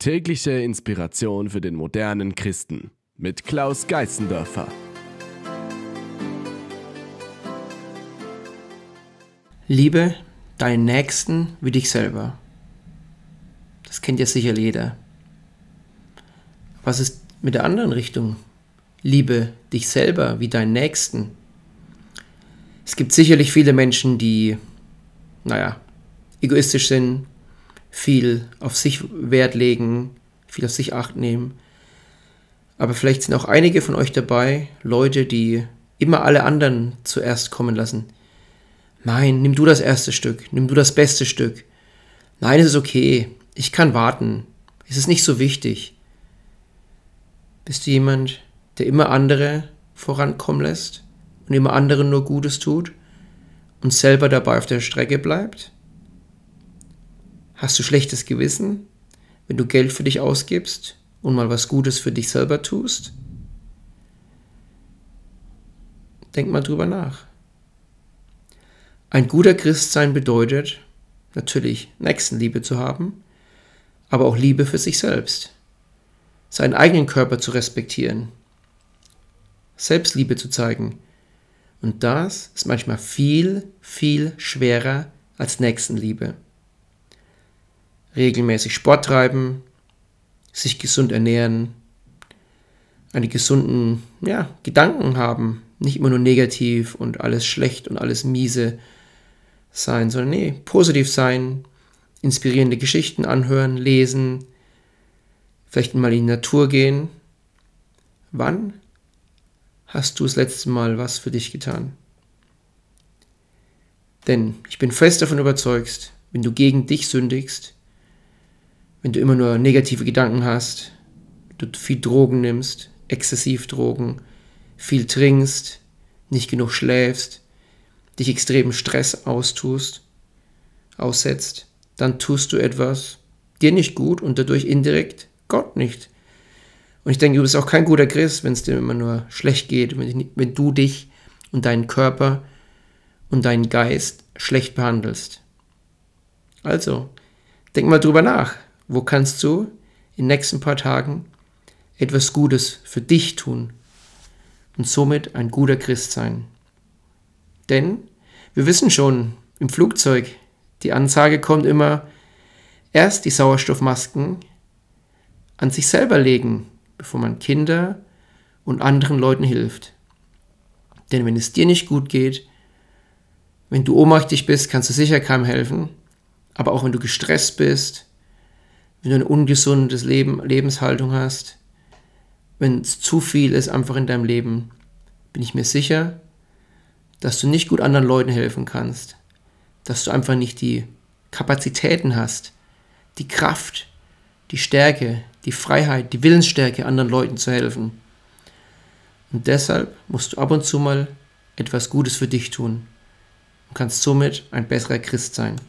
Tägliche Inspiration für den modernen Christen mit Klaus Geißendörfer. Liebe deinen Nächsten wie dich selber. Das kennt ja sicher jeder. Was ist mit der anderen Richtung? Liebe dich selber wie deinen Nächsten. Es gibt sicherlich viele Menschen, die, egoistisch sind, viel auf sich Wert legen, viel auf sich Acht nehmen. Aber vielleicht sind auch einige von euch dabei, Leute, die immer alle anderen zuerst kommen lassen. Nein, nimm du das erste Stück, nimm du das beste Stück. Nein, es ist okay, ich kann warten, es ist nicht so wichtig. Bist du jemand, der immer andere vorankommen lässt und immer anderen nur Gutes tut und selber dabei auf der Strecke bleibt? Hast du schlechtes Gewissen, wenn du Geld für dich ausgibst und mal was Gutes für dich selber tust? Denk mal drüber nach. Ein guter Christ sein bedeutet, natürlich Nächstenliebe zu haben, aber auch Liebe für sich selbst. Seinen eigenen Körper zu respektieren. Selbstliebe zu zeigen. Und das ist manchmal viel, viel schwerer als Nächstenliebe. Regelmäßig Sport treiben, sich gesund ernähren, einen gesunden Gedanken haben, nicht immer nur negativ und alles schlecht und alles miese sein, sondern positiv sein, inspirierende Geschichten anhören, lesen, vielleicht mal in die Natur gehen. Wann hast du das letzte Mal was für dich getan? Denn ich bin fest davon überzeugt, wenn du gegen dich sündigst, wenn du immer nur negative Gedanken hast, du viel Drogen nimmst, exzessiv Drogen, viel trinkst, nicht genug schläfst, dich extremem Stress aussetzt, dann tust du etwas dir nicht gut und dadurch indirekt Gott nicht. Und ich denke, du bist auch kein guter Christ, wenn es dir immer nur schlecht geht, wenn du dich und deinen Körper und deinen Geist schlecht behandelst. Also, denk mal drüber nach. Wo kannst du in den nächsten paar Tagen etwas Gutes für dich tun und somit ein guter Christ sein? Denn wir wissen schon, im Flugzeug, die Ansage kommt immer, erst die Sauerstoffmasken an sich selber legen, bevor man Kinder und anderen Leuten hilft. Denn wenn es dir nicht gut geht, wenn du ohnmächtig bist, kannst du sicher keinem helfen. Aber auch wenn du gestresst bist, wenn du eine ungesunde Lebenshaltung hast, wenn es zu viel ist einfach in deinem Leben, bin ich mir sicher, dass du nicht gut anderen Leuten helfen kannst, dass du einfach nicht die Kapazitäten hast, die Kraft, die Stärke, die Freiheit, die Willensstärke, anderen Leuten zu helfen. Und deshalb musst du ab und zu mal etwas Gutes für dich tun und kannst somit ein besserer Christ sein.